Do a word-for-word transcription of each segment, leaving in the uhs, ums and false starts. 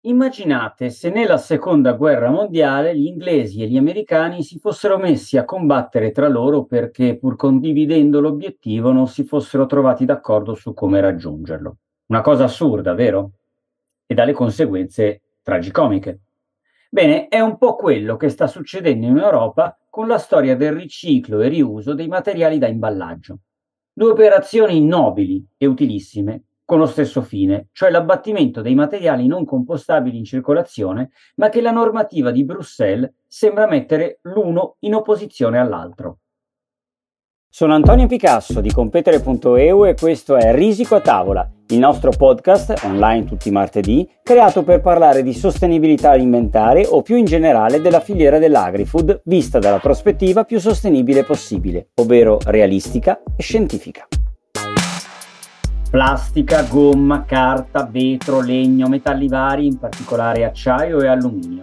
Immaginate se nella seconda guerra mondiale gli inglesi e gli americani si fossero messi a combattere tra loro perché, pur condividendo l'obiettivo, non si fossero trovati d'accordo su come raggiungerlo. Una cosa assurda, vero? E dalle conseguenze tragicomiche. Bene, è un po' quello che sta succedendo in Europa con la storia del riciclo e riuso dei materiali da imballaggio. Due operazioni nobili e utilissime con lo stesso fine, cioè l'abbattimento dei materiali non compostabili in circolazione, ma che la normativa di Bruxelles sembra mettere l'uno in opposizione all'altro. Sono Antonio Picasso di competere punto e u e questo è Risico a tavola, il nostro podcast, online tutti i martedì, creato per parlare di sostenibilità alimentare o più in generale della filiera dell'agri-food vista dalla prospettiva più sostenibile possibile, ovvero realistica e scientifica. Plastica, gomma, carta, vetro, legno, metalli vari, in particolare acciaio e alluminio.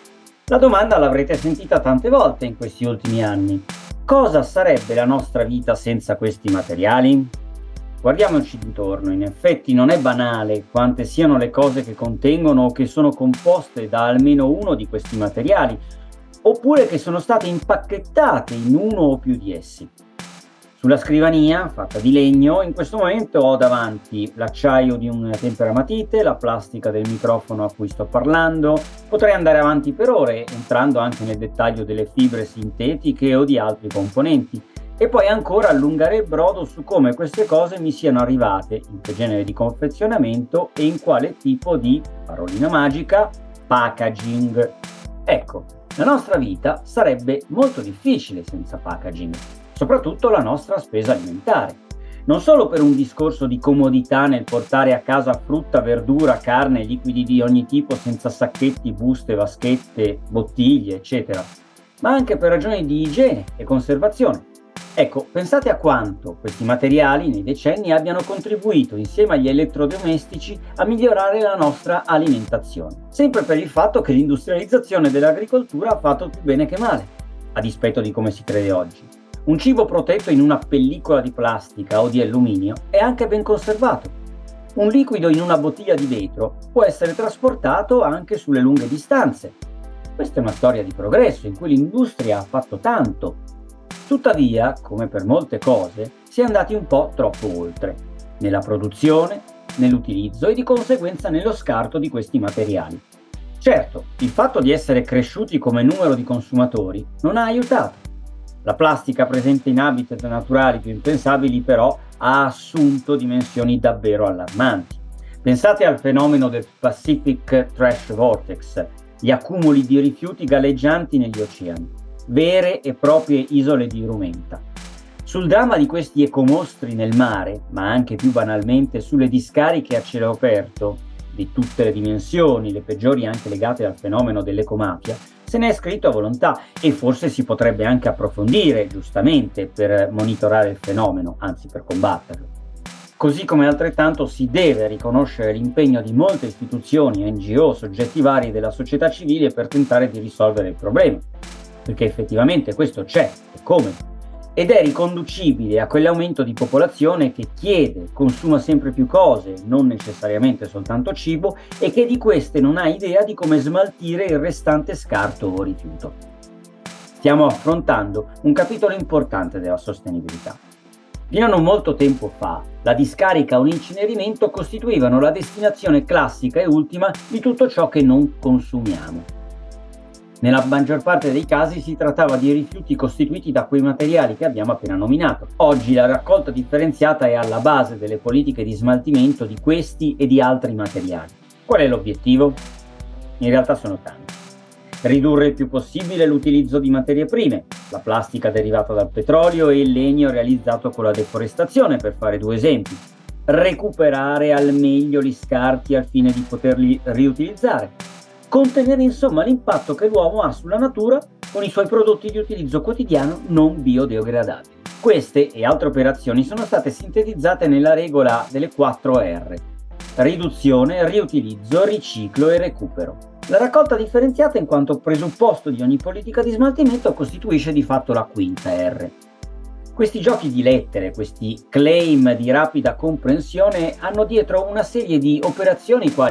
La domanda l'avrete sentita tante volte in questi ultimi anni. Cosa sarebbe la nostra vita senza questi materiali? Guardiamoci intorno, in effetti non è banale quante siano le cose che contengono o che sono composte da almeno uno di questi materiali, oppure che sono state impacchettate in uno o più di essi. Sulla scrivania, fatta di legno, in questo momento ho davanti l'acciaio di un temperamatite, la plastica del microfono a cui sto parlando. Potrei andare avanti per ore, entrando anche nel dettaglio delle fibre sintetiche o di altri componenti, e poi ancora allungare il brodo su come queste cose mi siano arrivate, in che genere di confezionamento e in quale tipo di, parolina magica, packaging. Ecco, la nostra vita sarebbe molto difficile senza packaging. Soprattutto la nostra spesa alimentare. Non solo per un discorso di comodità nel portare a casa frutta, verdura, carne, liquidi di ogni tipo senza sacchetti, buste, vaschette, bottiglie, eccetera, ma anche per ragioni di igiene e conservazione. Ecco, pensate a quanto questi materiali nei decenni abbiano contribuito insieme agli elettrodomestici a migliorare la nostra alimentazione, sempre per il fatto che l'industrializzazione dell'agricoltura ha fatto più bene che male, a dispetto di come si crede oggi. Un cibo protetto in una pellicola di plastica o di alluminio è anche ben conservato. Un liquido in una bottiglia di vetro può essere trasportato anche sulle lunghe distanze. Questa è una storia di progresso in cui l'industria ha fatto tanto. Tuttavia, come per molte cose, si è andati un po' troppo oltre, nella produzione, nell'utilizzo e di conseguenza nello scarto di questi materiali. Certo, il fatto di essere cresciuti come numero di consumatori non ha aiutato. La plastica presente in habitat naturali più impensabili però ha assunto dimensioni davvero allarmanti. Pensate al fenomeno del Pacific Trash Vortex, gli accumuli di rifiuti galleggianti negli oceani, vere e proprie isole di rumenta. Sul dramma di questi ecomostri nel mare, ma anche più banalmente sulle discariche a cielo aperto, di tutte le dimensioni, le peggiori anche legate al fenomeno dell'ecomafia, se ne è scritto a volontà e forse si potrebbe anche approfondire, giustamente, per monitorare il fenomeno, anzi per combatterlo. Così come altrettanto si deve riconoscere l'impegno di molte istituzioni, N G O, soggetti vari della società civile per tentare di risolvere il problema, perché effettivamente questo c'è, e come? Ed è riconducibile a quell'aumento di popolazione che chiede, consuma sempre più cose, non necessariamente soltanto cibo, e che di queste non ha idea di come smaltire il restante scarto o rifiuto. Stiamo affrontando un capitolo importante della sostenibilità. Fino a non molto tempo fa, la discarica o l'incenerimento costituivano la destinazione classica e ultima di tutto ciò che non consumiamo. Nella maggior parte dei casi si trattava di rifiuti costituiti da quei materiali che abbiamo appena nominato. Oggi la raccolta differenziata è alla base delle politiche di smaltimento di questi e di altri materiali. Qual è l'obiettivo? In realtà sono tanti. Ridurre il più possibile l'utilizzo di materie prime, la plastica derivata dal petrolio e il legno realizzato con la deforestazione, per fare due esempi. Recuperare al meglio gli scarti al fine di poterli riutilizzare. Contenere insomma l'impatto che l'uomo ha sulla natura con i suoi prodotti di utilizzo quotidiano non biodegradabili. Queste e altre operazioni sono state sintetizzate nella regola delle quattro R: riduzione, riutilizzo, riciclo e recupero. La raccolta differenziata, in quanto presupposto di ogni politica di smaltimento, costituisce di fatto la quinta R. Questi giochi di lettere, questi claim di rapida comprensione, hanno dietro una serie di operazioni quali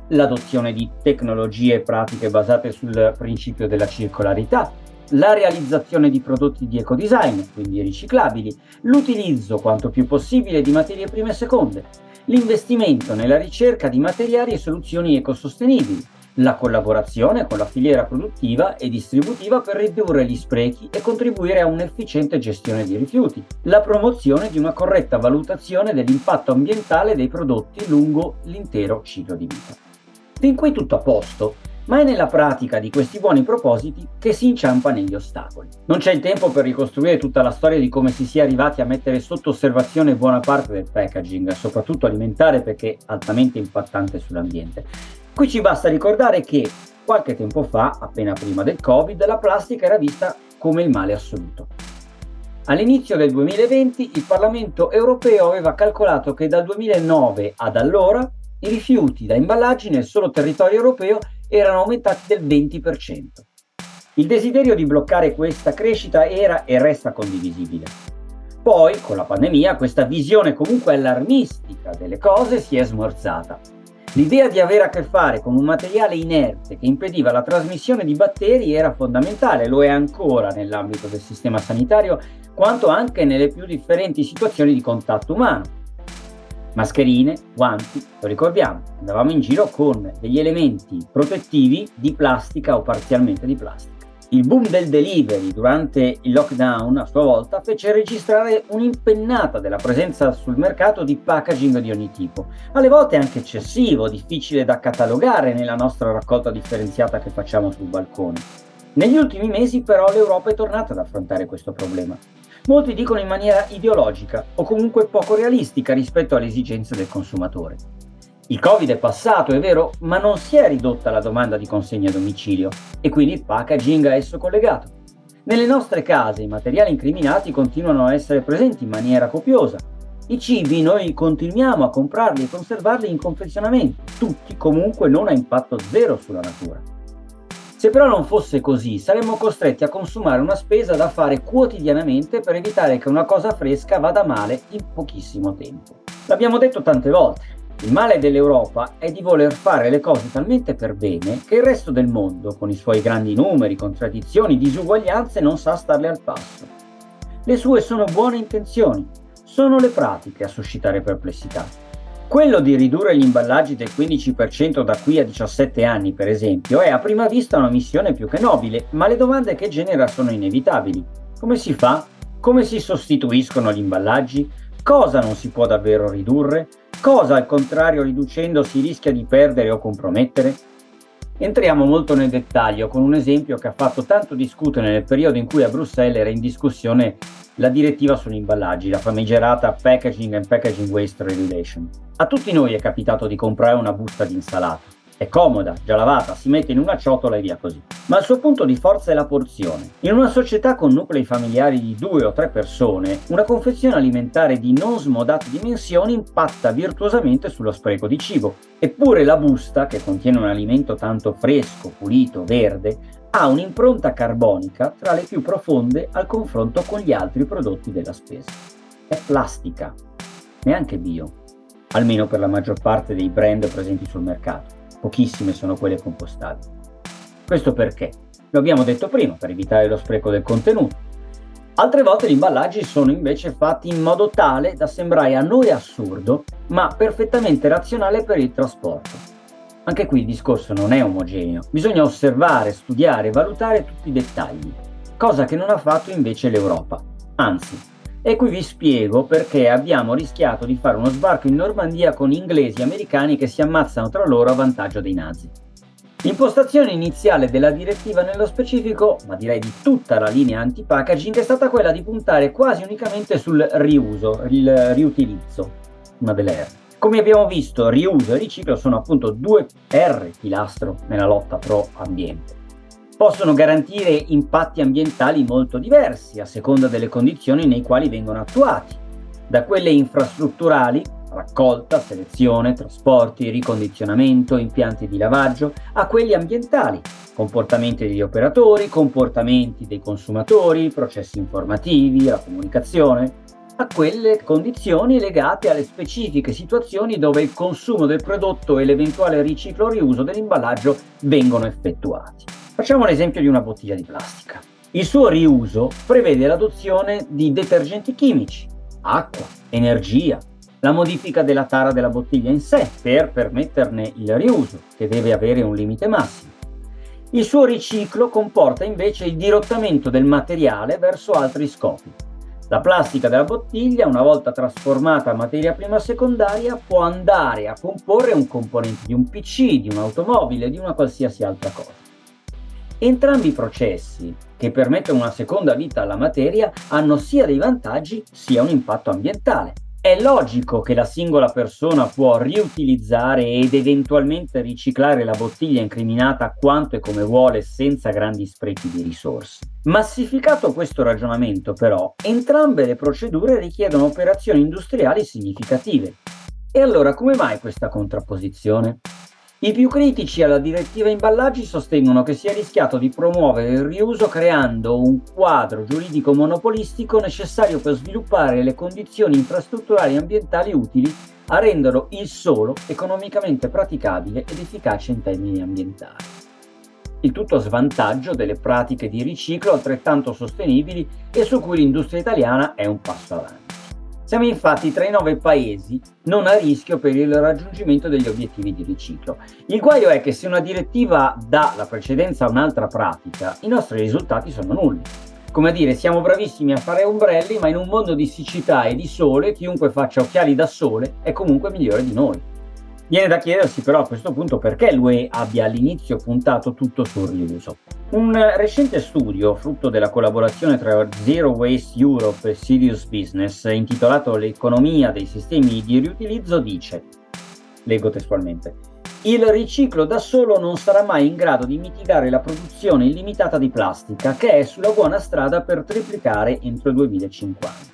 l'adozione di tecnologie e pratiche basate sul principio della circolarità, la realizzazione di prodotti di ecodesign, quindi riciclabili, l'utilizzo quanto più possibile di materie prime e seconde, l'investimento nella ricerca di materiali e soluzioni ecosostenibili, la collaborazione con la filiera produttiva e distributiva per ridurre gli sprechi e contribuire a un'efficiente gestione dei rifiuti, la promozione di una corretta valutazione dell'impatto ambientale dei prodotti lungo l'intero ciclo di vita. Fin qui tutto a posto, ma è nella pratica di questi buoni propositi che si inciampa negli ostacoli. Non c'è il tempo per ricostruire tutta la storia di come si sia arrivati a mettere sotto osservazione buona parte del packaging, soprattutto alimentare perché altamente impattante sull'ambiente. Qui ci basta ricordare che qualche tempo fa, appena prima del Covid, la plastica era vista come il male assoluto. All'inizio del duemilaventi il Parlamento europeo aveva calcolato che dal duemilanove ad allora i rifiuti da imballaggi nel solo territorio europeo erano aumentati del venti per cento. Il desiderio di bloccare questa crescita era e resta condivisibile. Poi, con la pandemia, questa visione comunque allarmistica delle cose si è smorzata. L'idea di avere a che fare con un materiale inerte che impediva la trasmissione di batteri era fondamentale, lo è ancora nell'ambito del sistema sanitario, quanto anche nelle più differenti situazioni di contatto umano. Mascherine, guanti, lo ricordiamo, andavamo in giro con degli elementi protettivi di plastica o parzialmente di plastica. Il boom del delivery durante il lockdown a sua volta fece registrare un'impennata della presenza sul mercato di packaging di ogni tipo, alle volte anche eccessivo, difficile da catalogare nella nostra raccolta differenziata che facciamo sul balcone. Negli ultimi mesi però l'Europa è tornata ad affrontare questo problema. Molti dicono in maniera ideologica o comunque poco realistica rispetto alle esigenze del consumatore. Il Covid è passato, è vero, ma non si è ridotta la domanda di consegna a domicilio e quindi il packaging a esso collegato. Nelle nostre case i materiali incriminati continuano a essere presenti in maniera copiosa. I cibi noi continuiamo a comprarli e conservarli in confezionamento, tutti comunque non a impatto zero sulla natura. Se però non fosse così, saremmo costretti a consumare una spesa da fare quotidianamente per evitare che una cosa fresca vada male in pochissimo tempo. L'abbiamo detto tante volte, il male dell'Europa è di voler fare le cose talmente per bene che il resto del mondo, con i suoi grandi numeri, contraddizioni, disuguaglianze, non sa starle al passo. Le sue sono buone intenzioni, sono le pratiche a suscitare perplessità. Quello di ridurre gli imballaggi del quindici per cento da qui a diciassette anni, per esempio, è a prima vista una missione più che nobile, ma le domande che genera sono inevitabili. Come si fa? Come si sostituiscono gli imballaggi? Cosa non si può davvero ridurre? Cosa, al contrario, riducendo si rischia di perdere o compromettere? Entriamo molto nel dettaglio con un esempio che ha fatto tanto discutere nel periodo in cui a Bruxelles era in discussione la direttiva sugli imballaggi, la famigerata Packaging and Packaging Waste Regulation. A tutti noi è capitato di comprare una busta di insalata. È comoda, già lavata, si mette in una ciotola e via così. Ma il suo punto di forza è la porzione. In una società con nuclei familiari di due o tre persone, una confezione alimentare di non smodate dimensioni impatta virtuosamente sullo spreco di cibo. Eppure la busta, che contiene un alimento tanto fresco, pulito, verde, ha un'impronta carbonica tra le più profonde al confronto con gli altri prodotti della spesa. È plastica, neanche bio, almeno per la maggior parte dei brand presenti sul mercato. Pochissime sono quelle compostabili. Questo perché? Lo abbiamo detto prima, per evitare lo spreco del contenuto. Altre volte gli imballaggi sono invece fatti in modo tale da sembrare a noi assurdo, ma perfettamente razionale per il trasporto. Anche qui il discorso non è omogeneo, bisogna osservare, studiare, valutare tutti i dettagli, cosa che non ha fatto invece l'Europa. Anzi, e qui vi spiego perché abbiamo rischiato di fare uno sbarco in Normandia con inglesi e americani che si ammazzano tra loro a vantaggio dei nazi. L'impostazione iniziale della direttiva nello specifico, ma direi di tutta la linea anti-packaging, è stata quella di puntare quasi unicamente sul riuso, il riutilizzo, una delle R. Come abbiamo visto, riuso e riciclo sono appunto due R pilastro nella lotta pro ambiente. Possono garantire impatti ambientali molto diversi a seconda delle condizioni nei quali vengono attuati, da quelle infrastrutturali, raccolta, selezione, trasporti, ricondizionamento, impianti di lavaggio, a quelli ambientali, comportamenti degli operatori, comportamenti dei consumatori, processi informativi, la comunicazione. a quelle condizioni legate alle specifiche situazioni dove il consumo del prodotto e l'eventuale riciclo o riuso dell'imballaggio vengono effettuati. Facciamo l'esempio di una bottiglia di plastica. Il suo riuso prevede l'adozione di detergenti chimici, acqua, energia, la modifica della tara della bottiglia in sé per permetterne il riuso, che deve avere un limite massimo. Il suo riciclo comporta invece il dirottamento del materiale verso altri scopi. La plastica della bottiglia, una volta trasformata a materia prima secondaria, può andare a comporre un componente di un P C, di un'automobile, di una qualsiasi altra cosa. Entrambi i processi, che permettono una seconda vita alla materia, hanno sia dei vantaggi sia un impatto ambientale. È logico che la singola persona può riutilizzare ed eventualmente riciclare la bottiglia incriminata quanto e come vuole senza grandi sprechi di risorse. Massificato questo ragionamento, però, entrambe le procedure richiedono operazioni industriali significative. E allora come mai questa contrapposizione? I più critici alla direttiva imballaggi sostengono che sia rischiato di promuovere il riuso creando un quadro giuridico monopolistico necessario per sviluppare le condizioni infrastrutturali e ambientali utili a renderlo il solo economicamente praticabile ed efficace in termini ambientali. Il tutto a svantaggio delle pratiche di riciclo altrettanto sostenibili e su cui l'industria italiana è un passo avanti. Siamo infatti tra i nove paesi non a rischio per il raggiungimento degli obiettivi di riciclo. Il guaio è che se una direttiva dà la precedenza a un'altra pratica, i nostri risultati sono nulli. Come a dire, siamo bravissimi a fare ombrelli, ma in un mondo di siccità e di sole, chiunque faccia occhiali da sole è comunque migliore di noi. Viene da chiedersi però a questo punto perché l'U E abbia all'inizio puntato tutto sul riuso. Un recente studio, frutto della collaborazione tra Zero Waste Europe e Serious Business, intitolato L'economia dei sistemi di riutilizzo, dice, leggo testualmente, il riciclo da solo non sarà mai in grado di mitigare la produzione illimitata di plastica, che è sulla buona strada per triplicare entro il duemilacinquanta.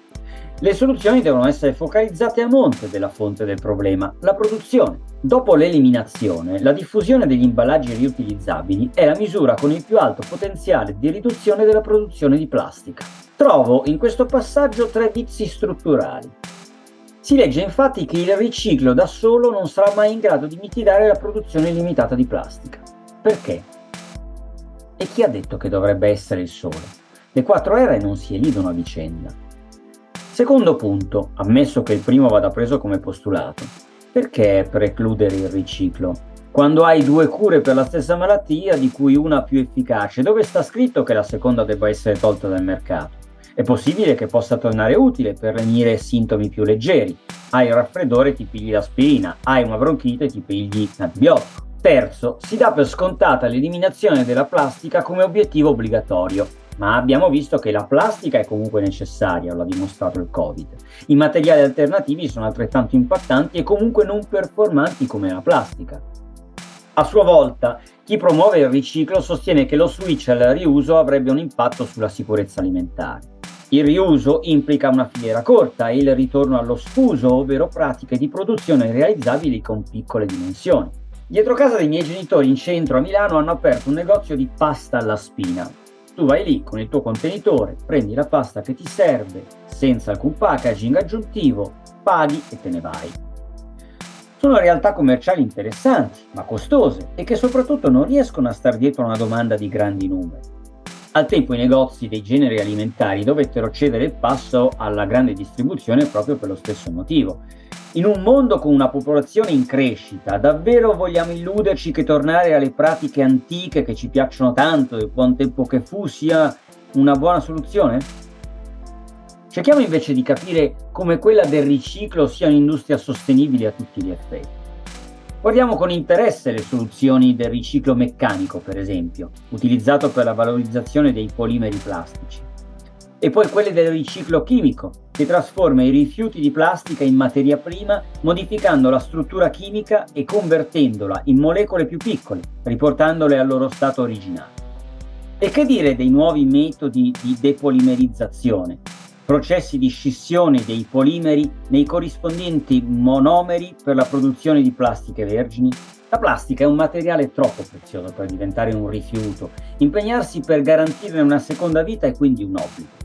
Le soluzioni devono essere focalizzate a monte della fonte del problema, la produzione. Dopo l'eliminazione, la diffusione degli imballaggi riutilizzabili è la misura con il più alto potenziale di riduzione della produzione di plastica. Trovo in questo passaggio tre vizi strutturali. Si legge infatti che il riciclo da solo non sarà mai in grado di mitigare la produzione illimitata di plastica. Perché? E chi ha detto che dovrebbe essere il sole? Le quattro R non si elidono a vicenda. Secondo punto, ammesso che il primo vada preso come postulato, perché precludere il riciclo? Quando hai due cure per la stessa malattia, di cui una più efficace, dove sta scritto che la seconda debba essere tolta dal mercato? È possibile che possa tornare utile per lenire sintomi più leggeri. Hai il raffreddore, ti pigli l'aspirina, hai una bronchite, ti pigli l'antibiotico. Terzo, si dà per scontata l'eliminazione della plastica come obiettivo obbligatorio. Ma abbiamo visto che la plastica è comunque necessaria, lo ha dimostrato il Covid. I materiali alternativi sono altrettanto impattanti e comunque non performanti come la plastica. A sua volta, chi promuove il riciclo sostiene che lo switch al riuso avrebbe un impatto sulla sicurezza alimentare. Il riuso implica una filiera corta e il ritorno allo sfuso, ovvero pratiche di produzione realizzabili con piccole dimensioni. Dietro casa dei miei genitori in centro a Milano hanno aperto un negozio di pasta alla spina. Tu vai lì con il tuo contenitore, prendi la pasta che ti serve, senza alcun packaging aggiuntivo, paghi e te ne vai. Sono realtà commerciali interessanti, ma costose e che soprattutto non riescono a star dietro a una domanda di grandi numeri. Al tempo i negozi dei generi alimentari dovettero cedere il passo alla grande distribuzione proprio per lo stesso motivo. In un mondo con una popolazione in crescita, davvero vogliamo illuderci che tornare alle pratiche antiche che ci piacciono tanto del buon tempo che fu sia una buona soluzione? Cerchiamo invece di capire come quella del riciclo sia un'industria sostenibile a tutti gli effetti. Guardiamo con interesse le soluzioni del riciclo meccanico, per esempio, utilizzato per la valorizzazione dei polimeri plastici. E poi quelle del riciclo chimico, che trasforma i rifiuti di plastica in materia prima, modificando la struttura chimica e convertendola in molecole più piccole, riportandole al loro stato originale. E che dire dei nuovi metodi di depolimerizzazione, processi di scissione dei polimeri nei corrispondenti monomeri per la produzione di plastiche vergini? La plastica è un materiale troppo prezioso per diventare un rifiuto. Impegnarsi per garantirne una seconda vita è quindi un obbligo.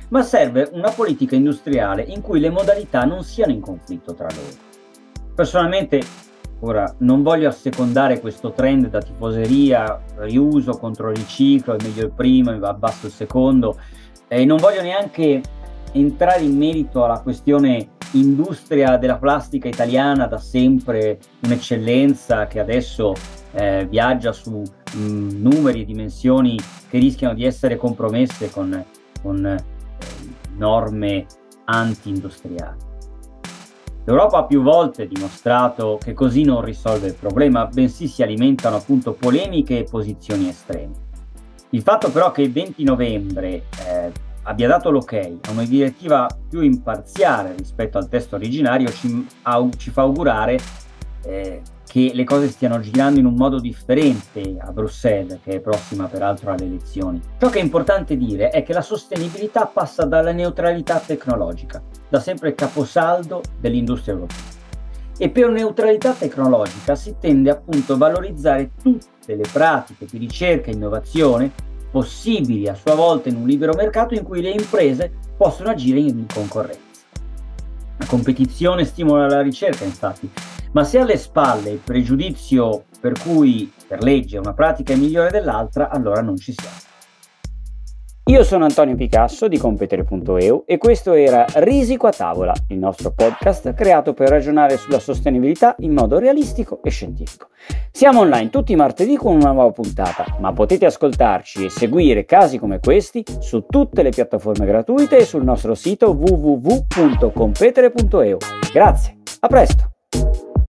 ma serve una politica industriale in cui le modalità non siano in conflitto tra loro. Personalmente, ora, non voglio assecondare questo trend da tifoseria, riuso contro riciclo, è meglio il primo, abbasso il secondo, e non voglio neanche entrare in merito alla questione industria della plastica italiana, da sempre un'eccellenza che adesso eh, viaggia su mh, numeri e dimensioni che rischiano di essere compromesse con, con eh, norme anti-industriali. L'Europa ha più volte dimostrato che così non risolve il problema, bensì si alimentano appunto polemiche e posizioni estreme. Il fatto però che il venti novembre eh, abbia dato l'ok a una direttiva più imparziale rispetto al testo originario ci, au, ci fa augurare eh, che le cose stiano girando in un modo differente a Bruxelles, che è prossima peraltro alle elezioni. Ciò che è importante dire è che la sostenibilità passa dalla neutralità tecnologica, da sempre caposaldo dell'industria europea. E per neutralità tecnologica si tende appunto a valorizzare tutte le pratiche di ricerca e innovazione possibili a sua volta in un libero mercato in cui le imprese possono agire in concorrenza. La competizione stimola la ricerca, infatti, ma se alle spalle il pregiudizio per cui per legge una pratica è migliore dell'altra, allora non ci siamo. Io sono Antonio Picasso di competere punto e u e questo era Risico a tavola, il nostro podcast creato per ragionare sulla sostenibilità in modo realistico e scientifico. Siamo online tutti i martedì con una nuova puntata, ma potete ascoltarci e seguire casi come questi su tutte le piattaforme gratuite e sul nostro sito w w w punto competere punto e u. Grazie, a presto!